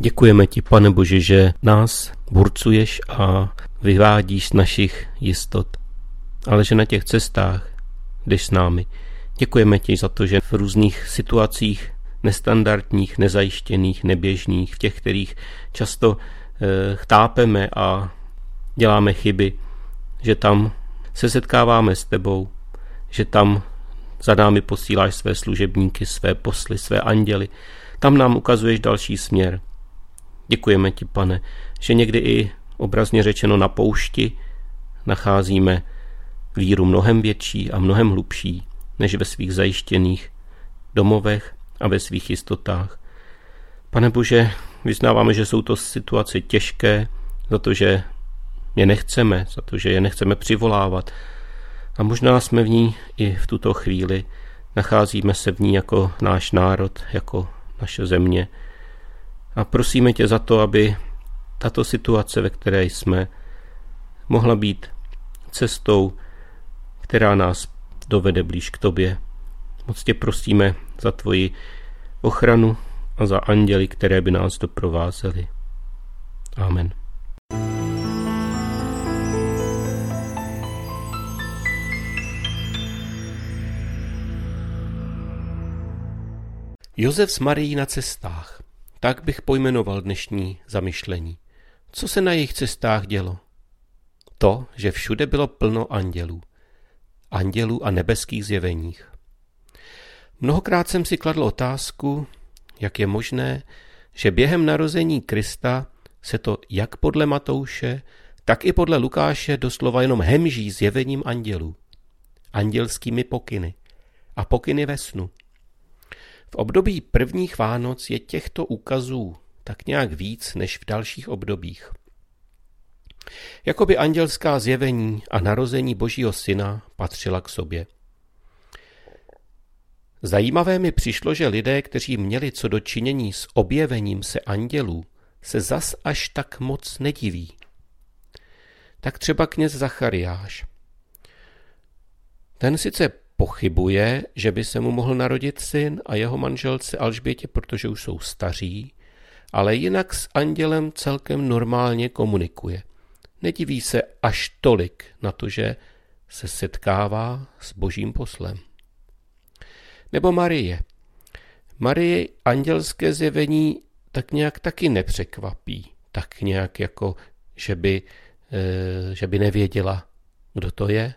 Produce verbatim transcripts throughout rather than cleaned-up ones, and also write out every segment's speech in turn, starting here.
Děkujeme ti, Pane Bože, že nás burcuješ a vyvádíš z našich jistot, ale že na těch cestách jdeš s námi. Děkujeme ti za to, že v různých situacích nestandardních, nezajištěných, neběžných, v těch, kterých často e, chápeme a děláme chyby, že tam se setkáváme s tebou, že tam za námi posíláš své služebníky, své posly, své anděly. Tam nám ukazuješ další směr. Děkujeme ti, Pane, že někdy i obrazně řečeno na poušti nacházíme víru mnohem větší a mnohem hlubší, než ve svých zajištěných domovech a ve svých jistotách. Pane Bože, vyznáváme, že jsou to situace těžké, za to, že je nechceme, za to, že je nechceme přivolávat. A možná jsme v ní i v tuto chvíli, nacházíme se v ní jako náš národ, jako naše země. A prosíme tě za to, aby tato situace, ve které jsme, mohla být cestou, která nás dovede blíž k tobě. Moc tě prosíme za tvoji ochranu a za anděly, které by nás doprovázely. Amen. Josef s Marií na cestách. Tak bych pojmenoval dnešní zamyšlení. Co se na jejich cestách dělo? To, že všude bylo plno andělů. Andělů a nebeských zjeveních. Mnohokrát jsem si kladl otázku, jak je možné, že během narození Krista se to jak podle Matouše, tak i podle Lukáše doslova jenom hemží zjevením andělů. Andělskými pokyny. A pokyny ve snu. V období prvních Vánoc je těchto úkazů tak nějak víc než v dalších obdobích. Jakoby andělská zjevení a narození Božího syna patřila k sobě. Zajímavé mi přišlo, že lidé, kteří měli co do činění s objevením se andělů, se zas až tak moc nediví. Tak třeba kněz Zachariáš. Ten sice pochybuje, že by se mu mohl narodit syn a jeho manželce Alžbětě, protože už jsou staří, ale jinak s andělem celkem normálně komunikuje. Nediví se až tolik na to, že se setkává s Božím poslem. Nebo Marie. Marie andělské zjevení tak nějak taky nepřekvapí. Tak nějak jako, že by, e, že by nevěděla, kdo to je.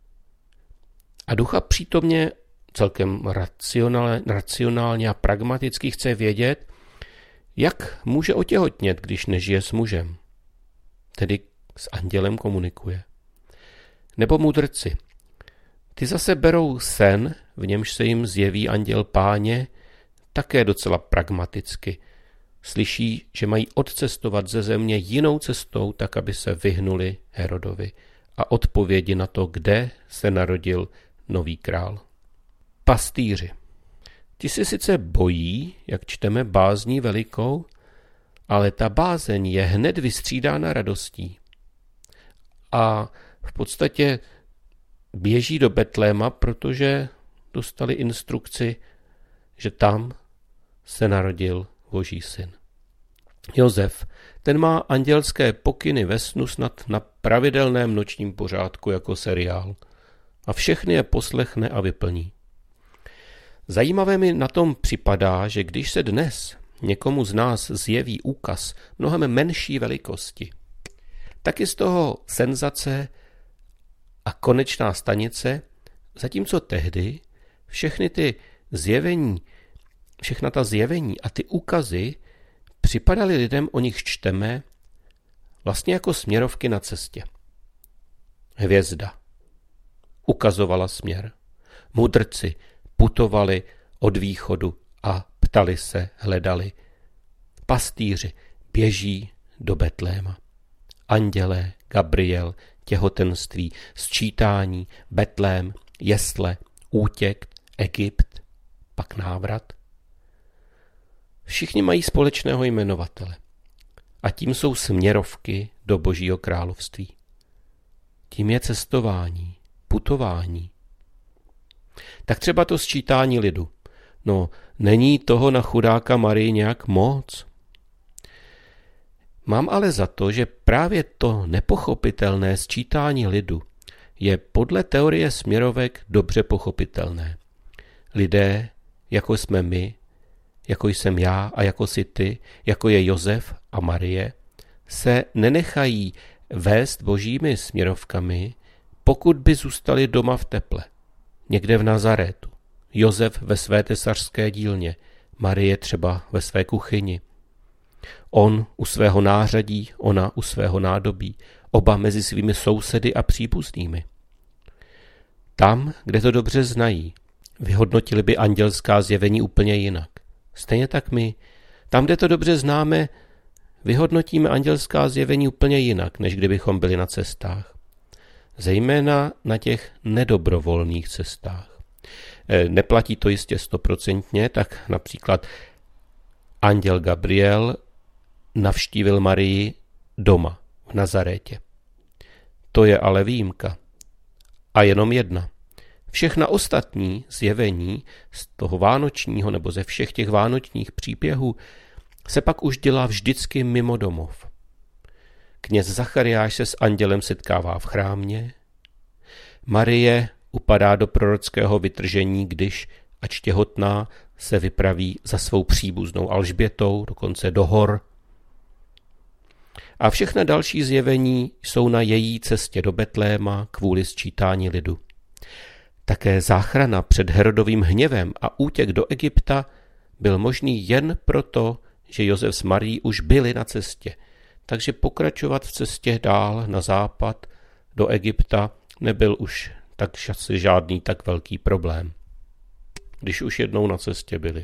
A ducha přítomně celkem racionálně, racionálně a pragmaticky chce vědět, jak může otěhotnět, když nežije s mužem. Tedy s andělem komunikuje. Nebo mudrci. Ty zase berou sen, v němž se jim zjeví anděl Páně, také docela pragmaticky. Slyší, že mají odcestovat ze země jinou cestou, tak aby se vyhnuli Herodovi a odpovědi na to, kde se narodil nový král. Pastýři. Ti si sice bojí, jak čteme, bázní velikou, ale ta bázeň je hned vystřídána radostí. A v podstatě běží do Betléma, protože dostali instrukci, že tam se narodil Boží syn. Josef, ten má andělské pokyny ve snu snad na pravidelném nočním pořádku jako seriál a všechny je poslechne a vyplní. Zajímavé mi na tom připadá, že když se dnes někomu z nás zjeví úkaz mnohem menší velikosti, tak je z toho senzace a konečná stanice, zatímco tehdy všechny ty zjevení, všechna ta zjevení a ty úkazy připadaly lidem, o nich čteme, vlastně jako směrovky na cestě. Hvězda ukazovala směr. Mudrci putovali od východu a ptali se, hledali. Pastýři běží do Betléma. Andělé, Gabriel, těhotenství, sčítání, Betlém, jesle, útěk, Egypt, pak návrat. Všichni mají společného jmenovatele. A tím jsou směrovky do Božího království. Tím je cestování, putování. Tak třeba to sčítání lidu. No, není toho na chudáka Marii nějak moc? Mám ale za to, že právě to nepochopitelné sčítání lidu je podle teorie směrovek dobře pochopitelné. Lidé, jako jsme my, jako jsem já a jako jsi ty, jako je Josef a Marie, se nenechají vést božími směrovkami, pokud by zůstali doma v teple, někde v Nazarétu. Josef ve své tesařské dílně, Marie třeba ve své kuchyni. On u svého nářadí, ona u svého nádobí, oba mezi svými sousedy a příbuznými. Tam, kde to dobře znají, vyhodnotili by andělská zjevení úplně jinak. Stejně tak my, tam, kde to dobře známe, vyhodnotíme andělská zjevení úplně jinak, než kdybychom byli na cestách. Zejména na těch nedobrovolných cestách. Neplatí to jistě stoprocentně, tak například anděl Gabriel navštívil Marii doma v Nazarétě. To je ale výjimka. A jenom jedna. Všechna ostatní zjevení z toho vánočního nebo ze všech těch vánočních příběhů se pak už dělá vždycky mimo domov. Kněz Zachariáš se s andělem setkává v chrámě. Marie upadá do prorockého vytržení, když, ač těhotná, se vypraví za svou příbuznou Alžbětou, dokonce do hor. A všechna další zjevení jsou na její cestě do Betléma kvůli sčítání lidu. Také záchrana před Herodovým hněvem a útěk do Egypta byl možný jen proto, že Josef s Marií už byli na cestě, takže pokračovat v cestě dál na západ do Egypta nebyl už tak asi žádný tak velký problém, když už jednou na cestě byli.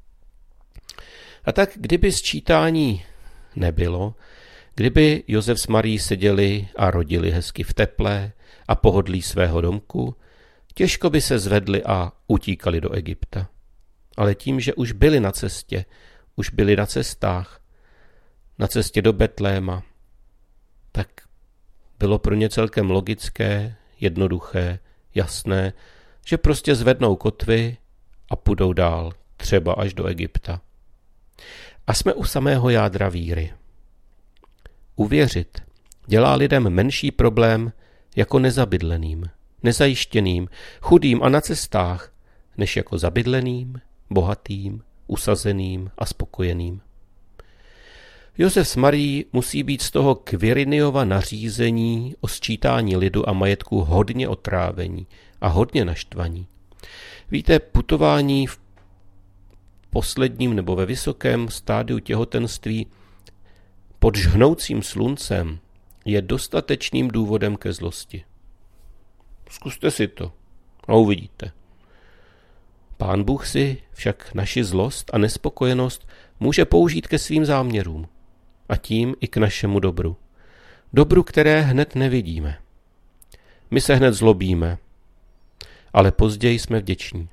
A tak kdyby sčítání nebylo, kdyby Josef s Marií seděli a rodili hezky v teple a pohodlí svého domku, těžko by se zvedli a utíkali do Egypta. Ale tím, že už byli na cestě, už byli na cestách, na cestě do Betléma, tak bylo pro ně celkem logické, jednoduché, jasné, že prostě zvednou kotvy a půjdou dál, třeba až do Egypta. A jsme u samého jádra víry. Uvěřit dělá lidem menší problém jako nezabydleným, nezajištěným, chudým a na cestách, než jako zabydleným, bohatým, usazeným a spokojeným. Josef s Marií musí být z toho Quiriniova nařízení o sčítání lidu a majetku hodně otrávení a hodně naštvaní. Víte, putování v posledním nebo ve vysokém stádiu těhotenství pod žhnoucím sluncem je dostatečným důvodem ke zlosti. Zkuste si to a uvidíte. Pán Bůh si však naši zlost a nespokojenost může použít ke svým záměrům a tím i k našemu dobru. Dobru, které hned nevidíme. My se hned zlobíme, ale později jsme vděční.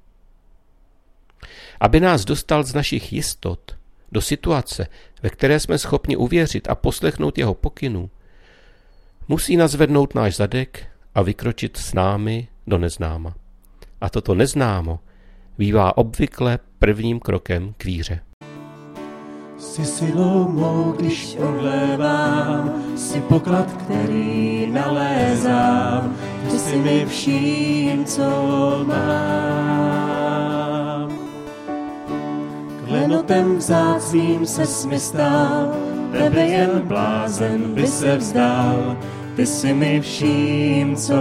Aby nás dostal z našich jistot do situace, ve které jsme schopni uvěřit a poslechnout jeho pokynů, musí nazvednout náš zadek a vykročit s námi do neznáma. A toto neznámo bývá obvykle prvním krokem k víře. Jsi silou mou, když odlévám, jsi poklad, který nalézám, ty jsi mi vším, co mám. Klenotem vzácným se smi stál, tebe jen blázen by se vzdál, ty jsi mi vším, co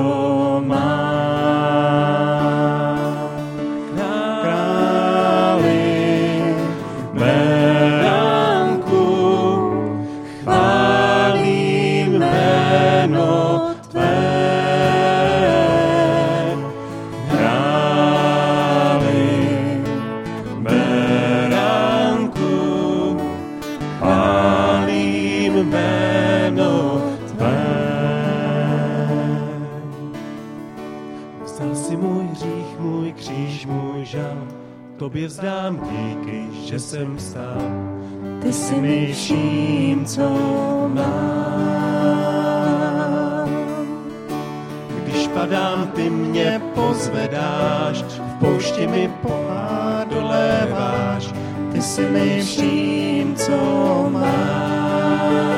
mám. Králi beránku, chválím jméno tvé. Králi beránku, chválím jméno tvé. Vzal si můj hřích, můj kříž, můj žal, tobě vzdám díky, že jsem vstal. Ty jsi mi vším, co mám. Když padám, ty mě pozvedáš, v poušti mi pohádoléváš, ty jsi mi vším, co mám.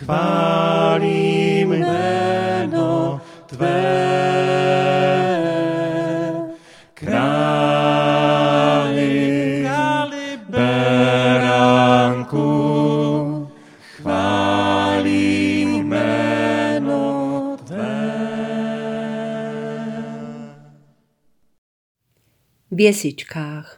chválím jméno tvé. Králi, králi beránku, chválím jméno tvé. V jesličkách.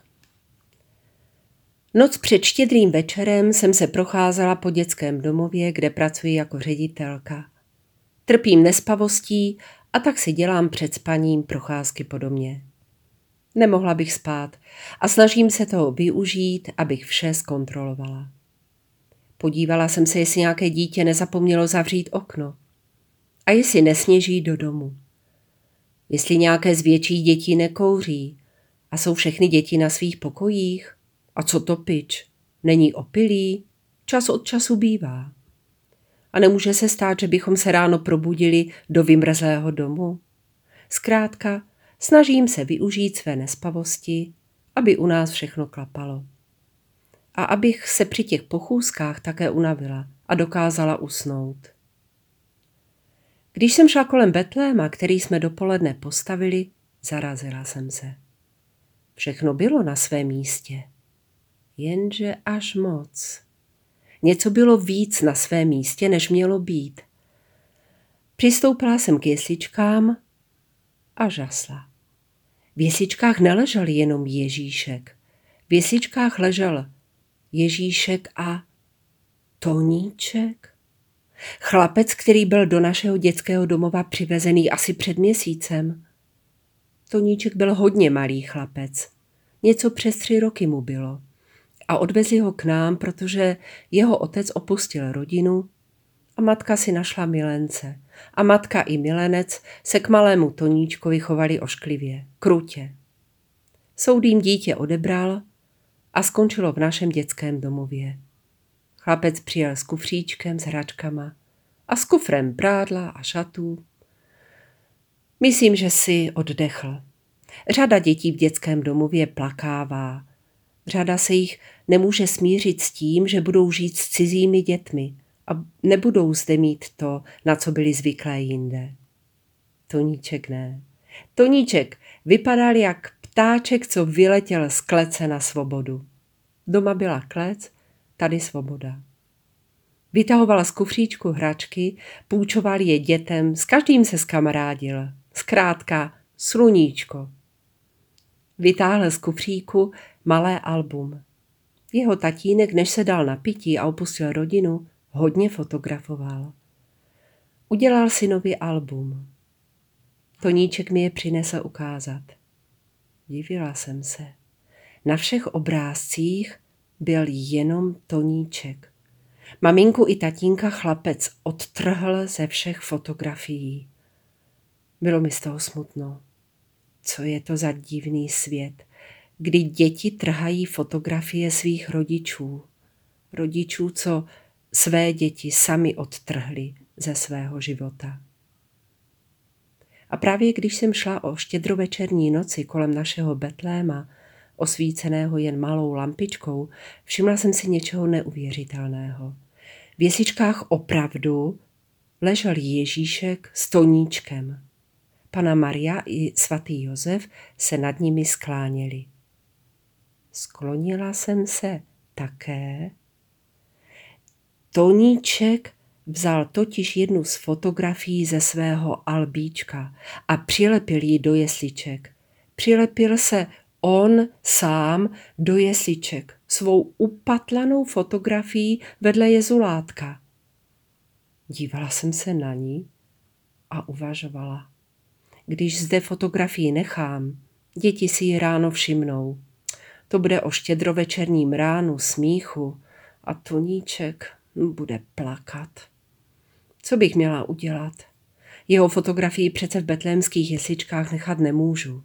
Noc před Štědrým večerem jsem se procházela po dětském domově, kde pracuji jako ředitelka. Trpím nespavostí a tak si dělám před spaním procházky po domě. Nemohla bych spát a snažím se toho využít, abych vše zkontrolovala. Podívala jsem se, jestli nějaké dítě nezapomnělo zavřít okno a jestli nesněží do domu. Jestli nějaké z větších dětí nekouří a jsou všechny děti na svých pokojích. A co to pič? Není opilý? Čas od času bývá. A nemůže se stát, že bychom se ráno probudili do vymrzlého domu? Zkrátka, snažím se využít své nespavosti, aby u nás všechno klapalo. A abych se při těch pochůzkách také unavila a dokázala usnout. Když jsem šla kolem Betléma, který jsme dopoledne postavili, zarazila jsem se. Všechno bylo na svém místě. Jenže až moc. Něco bylo víc na svém místě, než mělo být. Přistoupila jsem k jesličkám a žasla. V jesličkách neležel jenom Ježíšek. V jesličkách ležel Ježíšek a Toníček. Chlapec, který byl do našeho dětského domova přivezený asi před měsícem. Toníček byl hodně malý chlapec. Něco přes tři roky mu bylo. A odvezli ho k nám, protože jeho otec opustil rodinu a matka si našla milence. A matka i milenec se k malému Toníčkovi chovali ošklivě, krutě. Soud jim dítě odebral a skončilo v našem dětském domově. Chlapec přijel s kufříčkem s hračkama a s kufrem prádla a šatů. Myslím, že si oddechl. Řada dětí v dětském domově plakává. Řada se jich nemůže smířit s tím, že budou žít s cizími dětmi a nebudou zde mít to, na co byli zvyklé jinde. Toníček ne. Toníček vypadal jak ptáček, co vyletěl z klece na svobodu. Doma byla klec, tady svoboda. Vytahoval z kufříčku hračky, půjčoval je dětem, s každým se zkamarádil. Zkrátka sluníčko. Vytáhl z kufříku malé album. Jeho tatínek, než se dal na pití a opustil rodinu, hodně fotografoval. Udělal synovi album. Toníček mi je přinesl ukázat. Divila jsem se. Na všech obrázcích byl jenom Toníček. Maminku i tatínka chlapec odtrhl ze všech fotografií. Bylo mi z toho smutno. Co je to za divný svět, kdy děti trhají fotografie svých rodičů. Rodičů, co své děti sami odtrhli ze svého života. A právě když jsem šla o štědrovečerní noci kolem našeho Betléma, osvíceného jen malou lampičkou, všimla jsem si něčeho neuvěřitelného. V jesličkách opravdu ležel Ježíšek s Toníčkem. Panna Maria i svatý Josef se nad nimi skláněli. Sklonila jsem se také. Toníček vzal totiž jednu z fotografií ze svého albíčka a přilepil ji do jesliček. Přilepil se on sám do jesliček svou upatlanou fotografií vedle jezulátka. Dívala jsem se na ní a uvažovala. Když zde fotografii nechám, děti si ji ráno všimnou. To bude o štědrovečerním ránu smíchu a Toníček bude plakat. Co bych měla udělat? Jeho fotografii přece v betlémských jesličkách nechat nemůžu.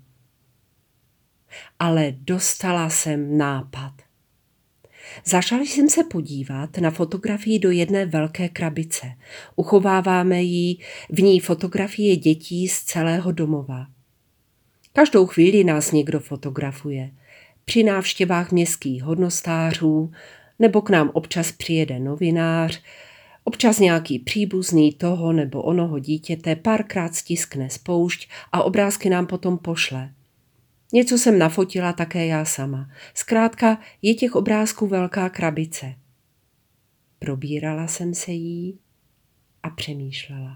Ale dostala jsem nápad. Zašla jsem se podívat na fotografii do jedné velké krabice. Uchováváme ji, v ní fotografie dětí z celého domova. Každou chvíli nás někdo fotografuje. Při návštěvách městských hodnostářů, nebo k nám občas přijede novinář, Občas nějaký příbuzný toho nebo onoho dítěte párkrát stiskne spoušť a obrázky nám potom pošle. Něco jsem nafotila také já sama. Zkrátka je těch obrázků velká krabice. Probírala jsem se jí a přemýšlela.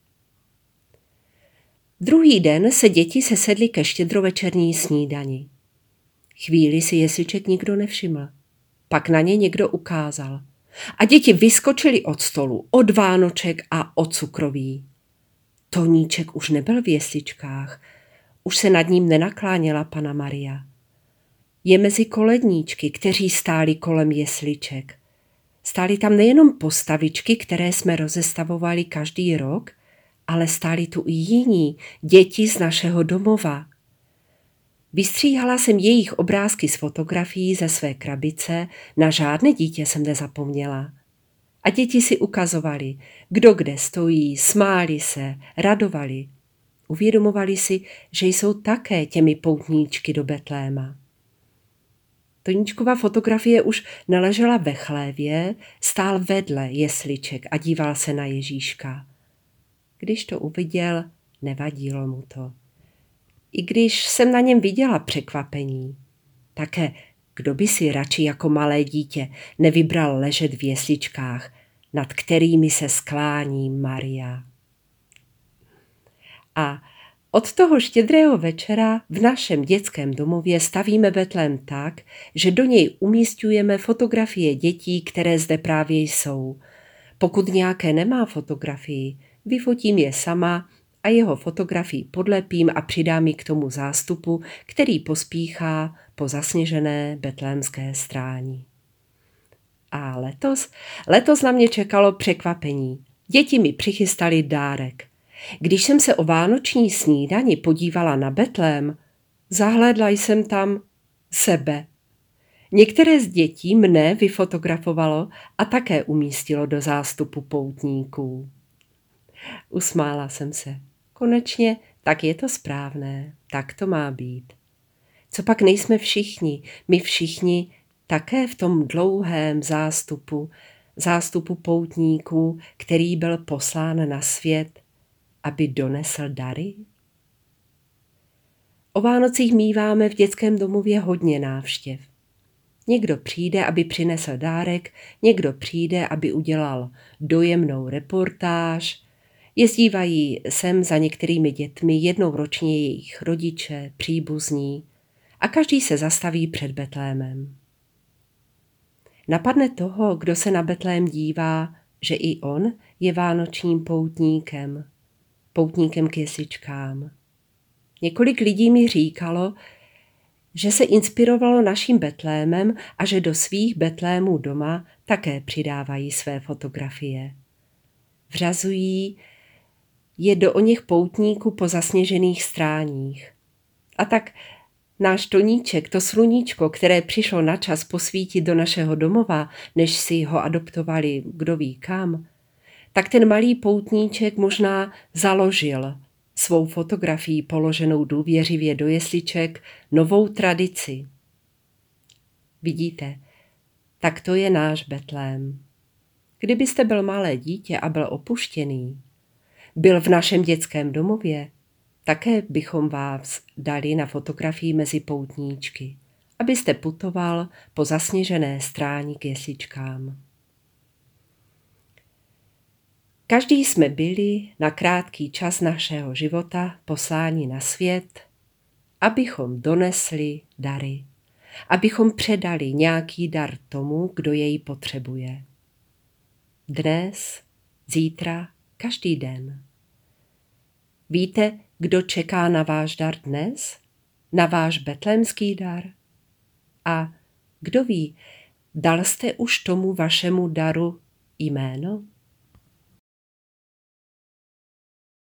Druhý den se děti sesedly ke štědrovečerní snídani. Chvíli si jesliček nikdo nevšiml. Pak na ně někdo ukázal. A děti vyskočily od stolu, od vánoček a od cukroví. Toníček už nebyl v jesličkách, už se nad ním nenakláněla Panna Maria. Je mezi koledníčky, kteří stáli kolem jesliček. Stály tam nejenom postavičky, které jsme rozestavovali každý rok, ale stáli tu i jiní, děti z našeho domova. Vystříhala jsem jejich obrázky z fotografií ze své krabice, na žádné dítě jsem nezapomněla. A děti si ukazovali, kdo kde stojí, smáli se, radovali. Uvědomovali si, že jsou také těmi poutníčky do Betléma. Toníčkova fotografie už neležela ve chlévě, stál vedle jesliček a díval se na Ježíška. Když to uviděl, nevadilo mu to. I když jsem na něm viděla překvapení. Také kdo by si radši jako malé dítě nevybral ležet v jesličkách, nad kterými se sklání Maria. A od toho štědrého večera v našem dětském domově stavíme Betlém tak, že do něj umísťujeme fotografie dětí, které zde právě jsou. Pokud nějaké nemá fotografii, vyfotím je sama a jeho fotografii podlepím a přidám ji k tomu zástupu, který pospíchá po zasněžené betlémské stráni. A letos, letos na mě čekalo překvapení. Děti mi přichystali dárek. Když jsem se o vánoční snídani podívala na Betlém, zahlédla jsem tam sebe. Některé z dětí mne vyfotografovalo a také umístilo do zástupu poutníků. Usmála jsem se. Konečně, tak je to správné, tak to má být. Copak nejsme všichni, my všichni také v tom dlouhém zástupu, zástupu poutníků, který byl poslán na svět, aby donesl dary? O Vánocích míváme v dětském domově hodně návštěv. Někdo přijde, aby přinesl dárek, někdo přijde, aby udělal dojemnou reportáž. Jezdívají sem za některými dětmi jednou ročně jejich rodiče, příbuzní a každý se zastaví před Betlémem. Napadne toho, kdo se na Betlém dívá, že i on je vánočním poutníkem, poutníkem k jesličkám. Několik lidí mi říkalo, že se inspirovalo naším Betlémem a že do svých Betlémů doma také přidávají své fotografie. Vřazují je do oněch poutníků po zasněžených stráních. A tak náš Toníček, to sluníčko, které přišlo na čas posvítit do našeho domova, než si ho adoptovali kdo ví kam, tak ten malý poutníček možná založil svou fotografii položenou důvěřivě do jesliček novou tradici. Vidíte, tak to je náš Betlém. Kdybyste byl malé dítě a byl opuštěný, byl v našem dětském domově, také bychom vás dali na fotografii mezi poutníčky, abyste putoval po zasněžené stráni k jesličkám. Každý jsme byli na krátký čas našeho života posláni na svět, abychom donesli dary, abychom předali nějaký dar tomu, kdo jej potřebuje. Dnes, zítra, každý den. Víte, kdo čeká na váš dar dnes? Na váš betlémský dar? A kdo ví, dal jste už tomu vašemu daru jméno?